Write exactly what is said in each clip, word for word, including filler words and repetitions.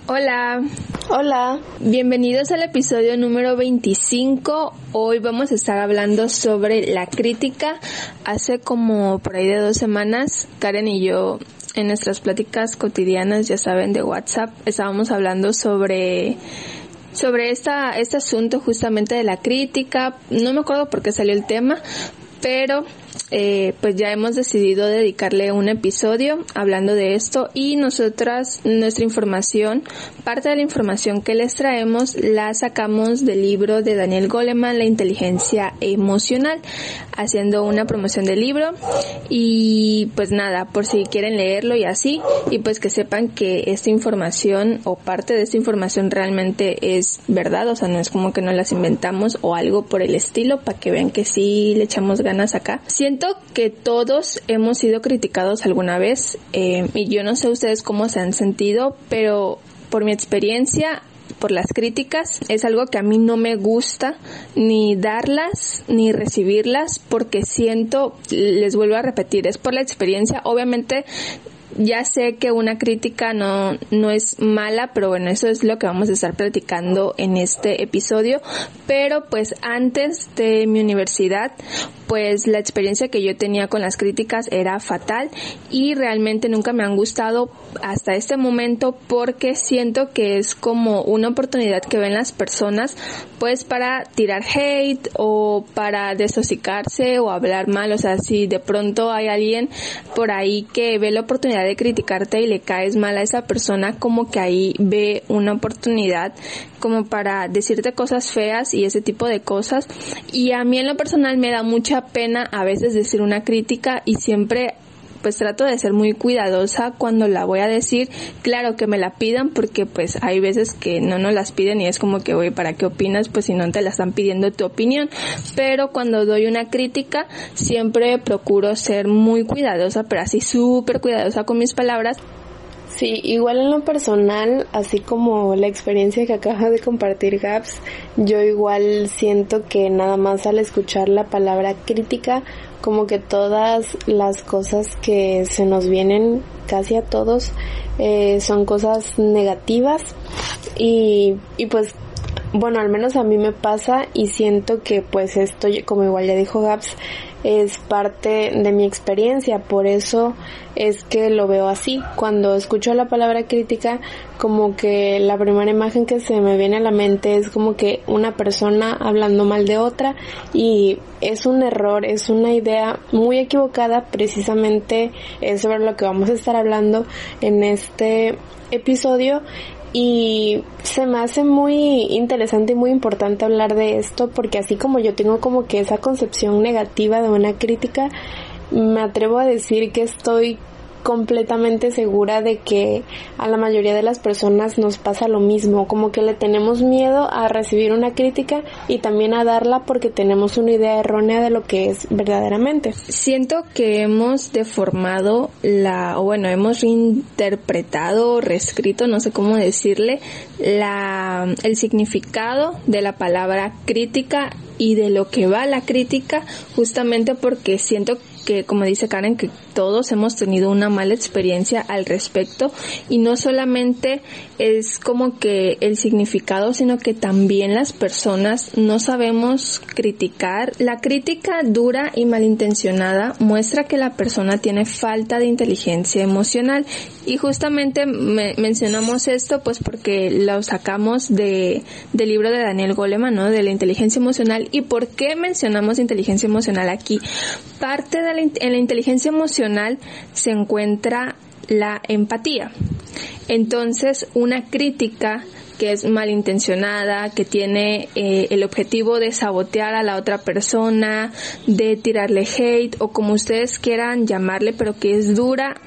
Hola. Hola. Bienvenidos al episodio número veinticinco. Hoy vamos a estar hablando sobre la crítica. Hace como por ahí de dos semanas, Karen y yo, en nuestras pláticas cotidianas, ya saben, de WhatsApp, estábamos hablando sobre... sobre esta este asunto justamente de la crítica. No me acuerdo por qué salió el tema, pero eh, pues ya hemos decidido dedicarle un episodio hablando de esto, y nosotras, nuestra información, parte de la información que les traemos la sacamos del libro de Daniel Goleman, La inteligencia emocional, haciendo una promoción del libro. Y pues nada, por si quieren leerlo y así, y pues que sepan que esta información o parte de esta información realmente es verdad, o sea, no es como que nos las inventamos o algo por el estilo, para que vean que sí le echamos ganas acá. Siento que todos hemos sido criticados alguna vez, eh, y yo no sé ustedes cómo se han sentido, pero por mi experiencia, por las críticas, es algo que a mí no me gusta ni darlas ni recibirlas, porque siento, les vuelvo a repetir, es por la experiencia. Obviamente ya sé que una crítica no no es mala, pero bueno, eso es lo que vamos a estar platicando en este episodio. Pero pues antes de mi universidad, pues la experiencia que yo tenía con las críticas era fatal, y realmente nunca me han gustado hasta este momento, porque siento que es como una oportunidad que ven las personas pues para tirar hate o para desosicarse o hablar mal. O sea, si de pronto hay alguien por ahí que ve la oportunidad de criticarte y le caes mal a esa persona, como que ahí ve una oportunidad como para decirte cosas feas y ese tipo de cosas. Y a mí en lo personal me da mucha pena a veces decir una crítica, y siempre pues trato de ser muy cuidadosa cuando la voy a decir. Claro que me la pidan, porque pues hay veces que no nos las piden y es como que, oye, ¿para qué opinas? Pues si no te la están pidiendo tu opinión. Pero cuando doy una crítica siempre procuro ser muy cuidadosa, pero así súper cuidadosa con mis palabras. Sí, igual en lo personal, así como la experiencia que acaba de compartir Gabs, yo igual siento que nada más al escuchar la palabra crítica, como que todas las cosas que se nos vienen, casi a todos, eh, son cosas negativas, y, y pues bueno, al menos a mí me pasa, y siento que pues esto, como igual ya dijo Gabs, es parte de mi experiencia. Por eso es que lo veo así. Cuando escucho la palabra crítica, como que la primera imagen que se me viene a la mente es como que una persona hablando mal de otra, y es un error, es una idea muy equivocada. Precisamente es sobre lo que vamos a estar hablando en este episodio. Y se me hace muy interesante y muy importante hablar de esto, porque así como yo tengo como que esa concepción negativa de una crítica, me atrevo a decir que estoy completamente segura de que a la mayoría de las personas nos pasa lo mismo, como que le tenemos miedo a recibir una crítica y también a darla porque tenemos una idea errónea de lo que es verdaderamente. Siento que hemos deformado la, o bueno, hemos reinterpretado, reescrito, no sé cómo decirle, la, el significado de la palabra crítica y de lo que va la crítica, justamente porque siento que, como dice Karen, que todos hemos tenido una mala experiencia al respecto, y no solamente es como que el significado, sino que también las personas no sabemos criticar. La crítica dura y malintencionada muestra que la persona tiene falta de inteligencia emocional, y justamente me, mencionamos esto pues porque lo sacamos de del libro de Daniel Goleman, ¿no?, de la inteligencia emocional. ¿Y por qué mencionamos inteligencia emocional aquí? Parte de la, en la inteligencia emocional se encuentra la empatía. Entonces, una crítica que es malintencionada, que tiene eh, el objetivo de sabotear a la otra persona, de tirarle hate o como ustedes quieran llamarle, pero que es dura,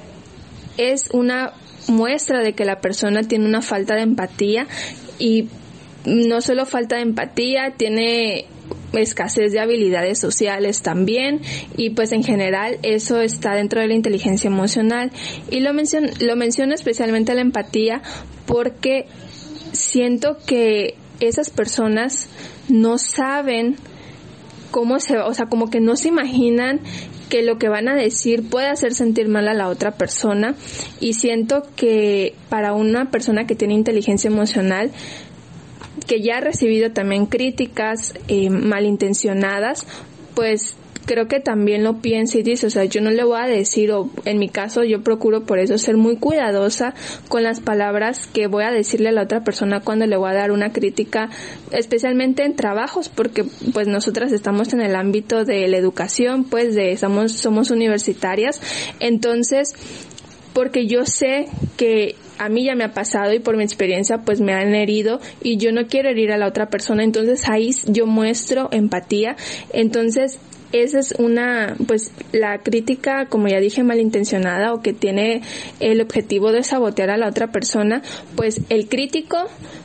es una muestra de que la persona tiene una falta de empatía. Y no solo falta de empatía, tiene escasez de habilidades sociales también, y pues en general eso está dentro de la inteligencia emocional. Y lo menciono, lo menciono especialmente la empatía porque siento que esas personas no saben cómo se, o sea, como que no se imaginan que lo que van a decir puede hacer sentir mal a la otra persona, y siento que para una persona que tiene inteligencia emocional, que ya ha recibido también críticas eh, malintencionadas, pues creo que también lo piensa y dice, o sea, yo no le voy a decir, o en mi caso yo procuro por eso ser muy cuidadosa con las palabras que voy a decirle a la otra persona cuando le voy a dar una crítica, especialmente en trabajos, porque pues nosotras estamos en el ámbito de la educación, pues de somos somos universitarias, entonces porque yo sé que a mí ya me ha pasado y por mi experiencia pues me han herido y yo no quiero herir a la otra persona, entonces ahí yo muestro empatía. Entonces esa es una, pues la crítica, como ya dije, malintencionada o que tiene el objetivo de sabotear a la otra persona, pues el crítico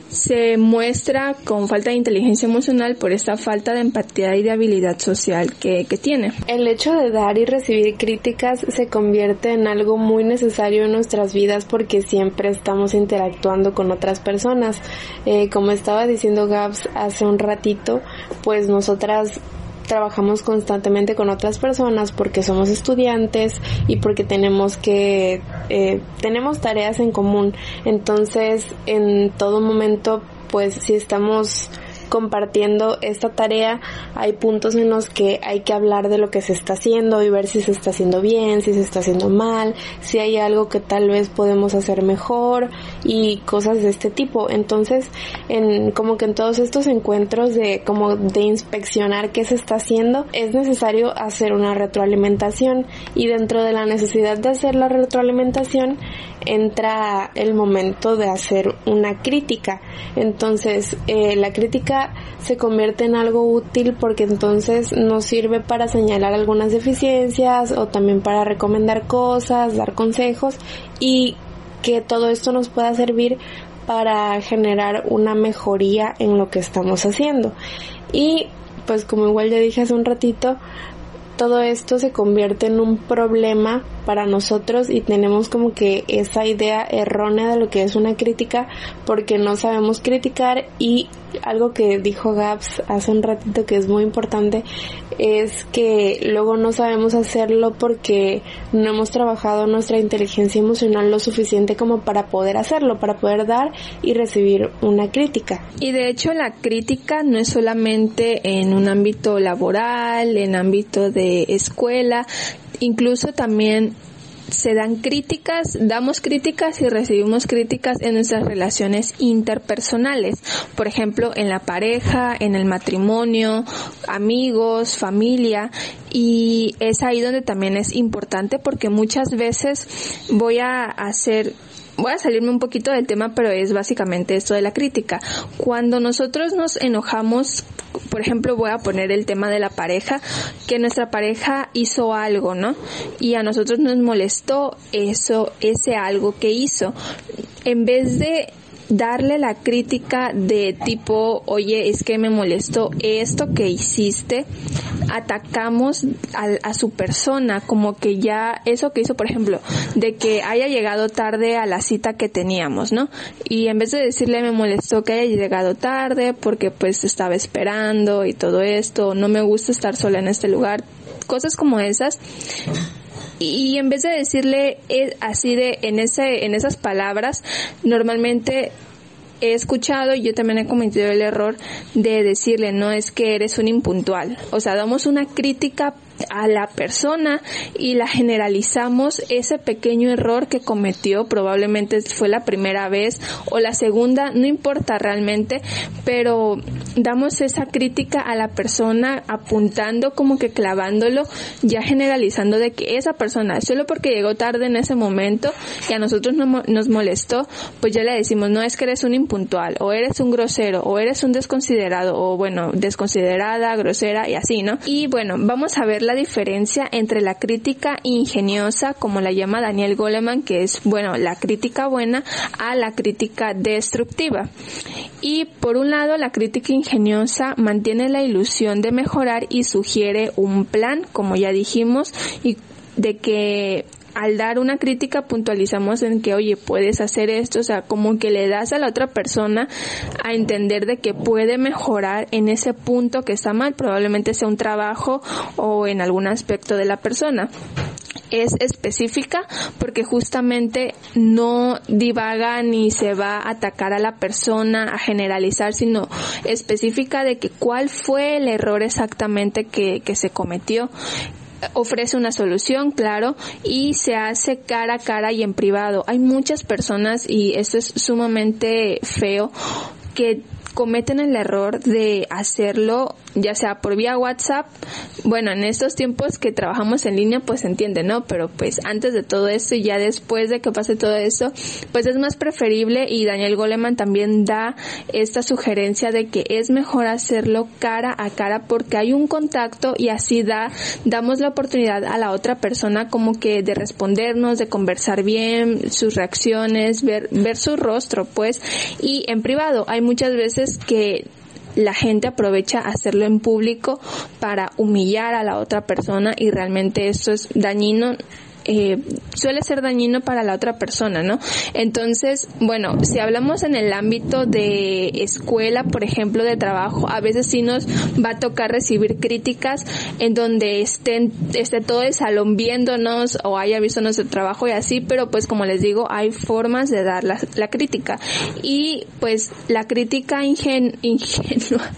se muestra con falta de inteligencia emocional por esta falta de empatía y de habilidad social que, que tiene. El hecho de dar y recibir críticas se convierte en algo muy necesario en nuestras vidas porque siempre estamos interactuando con otras personas. Eh, como estaba diciendo Gabs hace un ratito, pues nosotras trabajamos constantemente con otras personas porque somos estudiantes y porque tenemos que eh, tenemos tareas en común. Entonces, en todo momento, pues si estamos compartiendo esta tarea, hay puntos en los que hay que hablar de lo que se está haciendo y ver si se está haciendo bien, si se está haciendo mal, si hay algo que tal vez podemos hacer mejor y cosas de este tipo. Entonces, en como que en todos estos encuentros de como de inspeccionar qué se está haciendo, es necesario hacer una retroalimentación, y dentro de la necesidad de hacer la retroalimentación entra el momento de hacer una crítica. Entonces, eh, la crítica se convierte en algo útil porque entonces nos sirve para señalar algunas deficiencias o también para recomendar cosas, dar consejos, y que todo esto nos pueda servir para generar una mejoría en lo que estamos haciendo. Y pues como igual ya dije hace un ratito, todo esto se convierte en un problema para nosotros y tenemos como que esa idea errónea de lo que es una crítica porque no sabemos criticar. Y algo que dijo Gabs hace un ratito que es muy importante es que luego no sabemos hacerlo porque no hemos trabajado nuestra inteligencia emocional lo suficiente como para poder hacerlo, para poder dar y recibir una crítica. Y de hecho la crítica no es solamente en un ámbito laboral, en ámbito de escuela, incluso también se dan críticas, damos críticas y recibimos críticas en nuestras relaciones interpersonales, por ejemplo, en la pareja, en el matrimonio, amigos, familia, y es ahí donde también es importante porque muchas veces voy a hacer Voy a salirme un poquito del tema, pero es básicamente esto de la crítica. Cuando nosotros nos enojamos, por ejemplo, voy a poner el tema de la pareja, que nuestra pareja hizo algo, ¿no? Y a nosotros nos molestó eso, ese algo que hizo. En vez de darle la crítica de tipo, oye, es que me molestó esto que hiciste, atacamos a, a su persona, como que ya eso que hizo, por ejemplo, de que haya llegado tarde a la cita que teníamos, ¿no? Y en vez de decirle me molestó que haya llegado tarde porque pues estaba esperando y todo esto, no me gusta estar sola en este lugar, cosas como esas. Y en vez de decirle así de en ese en esas palabras, normalmente he escuchado y yo también he cometido el error de decirle, no, es que eres un impuntual. O sea, damos una crítica a la persona y la generalizamos, ese pequeño error que cometió, probablemente fue la primera vez o la segunda, no importa realmente, pero damos esa crítica a la persona apuntando, como que clavándolo, ya generalizando de que esa persona, solo porque llegó tarde en ese momento y a nosotros no, nos molestó, pues ya le decimos, no, es que eres un impuntual, o eres un grosero, o eres un desconsiderado, o bueno, desconsiderada, grosera y así, ¿no? Y bueno, vamos a ver la diferencia entre la crítica ingeniosa, como la llama Daniel Goleman, que es, bueno, la crítica buena, a la crítica destructiva. Y por un lado, la crítica ingeniosa mantiene la ilusión de mejorar y sugiere un plan, como ya dijimos, y de que al dar una crítica puntualizamos en que, oye, puedes hacer esto, o sea, como que le das a la otra persona a entender de que puede mejorar en ese punto que está mal, probablemente sea un trabajo o en algún aspecto de la persona. Es específica porque justamente no divaga ni se va a atacar a la persona, a generalizar, sino específica de que cuál fue el error exactamente que, que se cometió. Ofrece una solución, claro, y se hace cara a cara y en privado. Hay muchas personas, y esto es sumamente feo, que cometen el error de hacerlo ya sea por vía WhatsApp. Bueno, en estos tiempos que trabajamos en línea pues se entiende, ¿no? Pero pues antes de todo esto y ya después de que pase todo eso, pues es más preferible, y Daniel Goleman también da esta sugerencia de que es mejor hacerlo cara a cara porque hay un contacto y así da damos la oportunidad a la otra persona como que de respondernos, de conversar bien, sus reacciones, ver ver su rostro, pues. Y en privado hay muchas veces que la gente aprovecha hacerlo en público para humillar a la otra persona, y realmente esto es dañino. Eh, suele ser dañino para la otra persona, ¿no? Entonces, bueno, si hablamos en el ámbito de escuela, por ejemplo, de trabajo, a veces sí nos va a tocar recibir críticas en donde estén, esté todo el salón viéndonos o haya visto nuestro trabajo y así, pero pues como les digo, hay formas de dar la, la crítica, y pues la crítica ingen, ingenua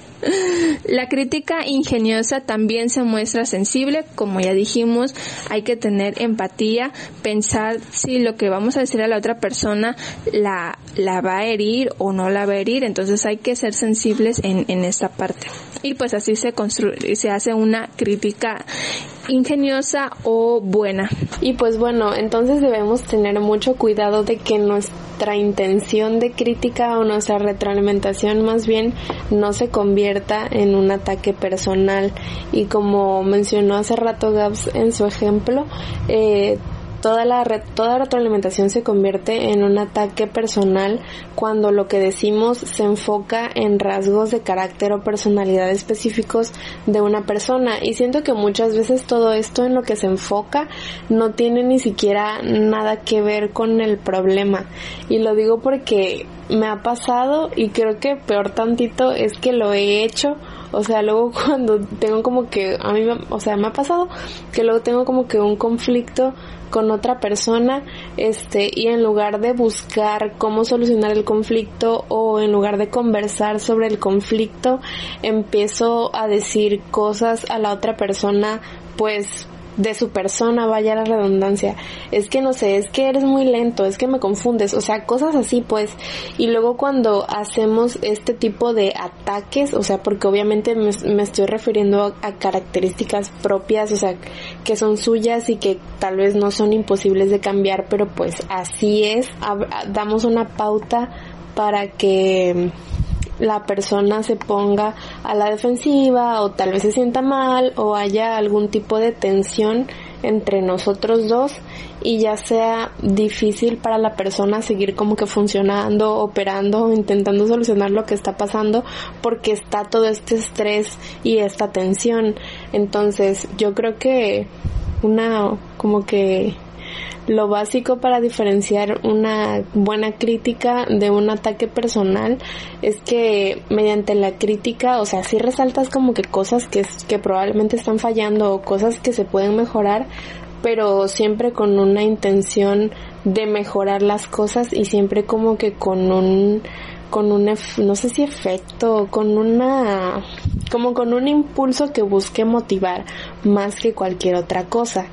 La crítica ingeniosa también se muestra sensible, como ya dijimos, hay que tener empatía, pensar si lo que vamos a decir a la otra persona la, la va a herir o no la va a herir, entonces hay que ser sensibles en, en esta parte. Y pues así se construye, se hace una crítica ingeniosa o buena. Y pues bueno, entonces debemos tener mucho cuidado de que nuestra intención de crítica o nuestra retroalimentación más bien no se convierta en un ataque personal. Y como mencionó hace rato Gabs en su ejemplo, eh, Toda la re- toda retroalimentación se convierte en un ataque personal cuando lo que decimos se enfoca en rasgos de carácter o personalidad específicos de una persona, y siento que muchas veces todo esto en lo que se enfoca no tiene ni siquiera nada que ver con el problema. Y lo digo porque me ha pasado, y creo que peor tantito es que lo he hecho. O sea, luego cuando tengo como que, a mí, o sea, me ha pasado que luego tengo como que un conflicto con otra persona, este, y en lugar de buscar cómo solucionar el conflicto o en lugar de conversar sobre el conflicto, empiezo a decir cosas a la otra persona, pues, de su persona, vaya la redundancia, es que no sé, es que eres muy lento, es que me confundes, o sea, cosas así pues. Y luego cuando hacemos este tipo de ataques, o sea, porque obviamente me, me estoy refiriendo a, a características propias, o sea, que son suyas y que tal vez no son imposibles de cambiar, pero pues así es, a, damos una pauta para que la persona se ponga a la defensiva o tal vez se sienta mal o haya algún tipo de tensión entre nosotros dos y ya sea difícil para la persona seguir como que funcionando, operando, intentando solucionar lo que está pasando porque está todo este estrés y esta tensión. Entonces yo creo que una como que lo básico para diferenciar una buena crítica de un ataque personal es que mediante la crítica, o sea, sí resaltas como que cosas que, que probablemente están fallando o cosas que se pueden mejorar, pero siempre con una intención de mejorar las cosas y siempre como que con un con un no sé si efecto, con una como con un impulso que busque motivar más que cualquier otra cosa.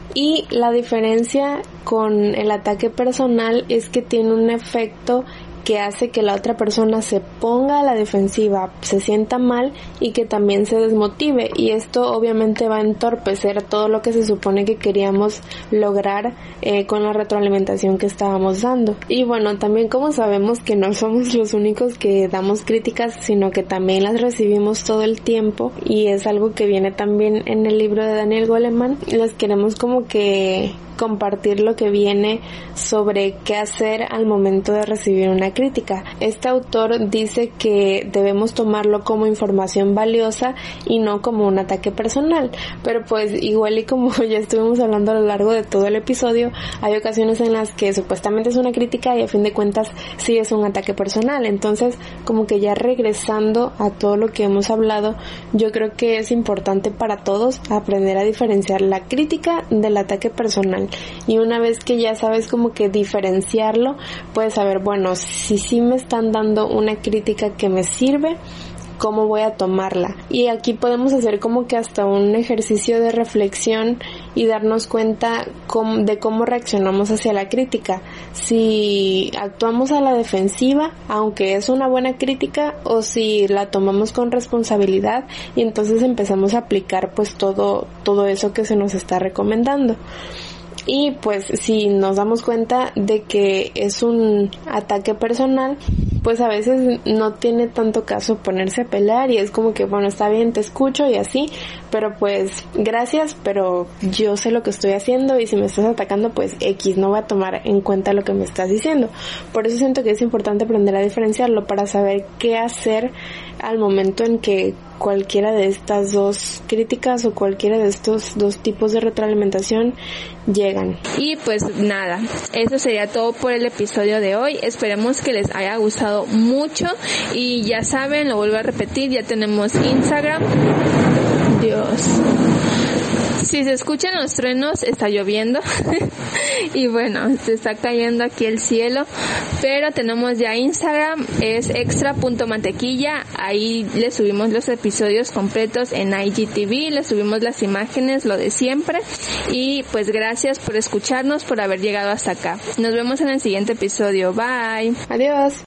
Y la diferencia con el ataque personal es que tiene un efecto que hace que la otra persona se ponga a la defensiva, se sienta mal y que también se desmotive, y esto obviamente va a entorpecer todo lo que se supone que queríamos lograr eh, con la retroalimentación que estábamos dando. Y bueno, también como sabemos que no somos los únicos que damos críticas, sino que también las recibimos todo el tiempo, y es algo que viene también en el libro de Daniel Goleman, las queremos como que compartir lo que viene sobre qué hacer al momento de recibir una crítica. Este autor dice que debemos tomarlo como información valiosa y no como un ataque personal, pero pues igual y como ya estuvimos hablando a lo largo de todo el episodio, hay ocasiones en las que supuestamente es una crítica y a fin de cuentas sí es un ataque personal. Entonces, como que ya regresando a todo lo que hemos hablado, yo creo que es importante para todos aprender a diferenciar la crítica del ataque personal, y una vez que ya sabes como que diferenciarlo, puedes saber, bueno, si sí me están dando una crítica que me sirve, cómo voy a tomarla. Y aquí podemos hacer como que hasta un ejercicio de reflexión y darnos cuenta cómo, de cómo reaccionamos hacia la crítica. Si actuamos a la defensiva, aunque es una buena crítica, o si la tomamos con responsabilidad y entonces empezamos a aplicar pues todo, todo eso que se nos está recomendando. Y pues si nos damos cuenta de que es un ataque personal, pues a veces no tiene tanto caso ponerse a pelear y es como que, bueno, está bien, te escucho y así, pero pues gracias, pero yo sé lo que estoy haciendo y si me estás atacando, pues X, no voy a tomar en cuenta lo que me estás diciendo. Por eso siento que es importante aprender a diferenciarlo para saber qué hacer al momento en que cualquiera de estas dos críticas o cualquiera de estos dos tipos de retroalimentación llegan. Y pues nada, eso sería todo por el episodio de hoy. Esperemos que les haya gustado mucho y ya saben, lo vuelvo a repetir, ya tenemos Instagram. Dios. Si se escuchan los truenos, está lloviendo y bueno, se está cayendo aquí el cielo, pero tenemos ya Instagram, es extra punto mantequilla, ahí les subimos los episodios completos en I G T V, les subimos las imágenes, lo de siempre, y pues gracias por escucharnos, por haber llegado hasta acá. Nos vemos en el siguiente episodio, bye. Adiós.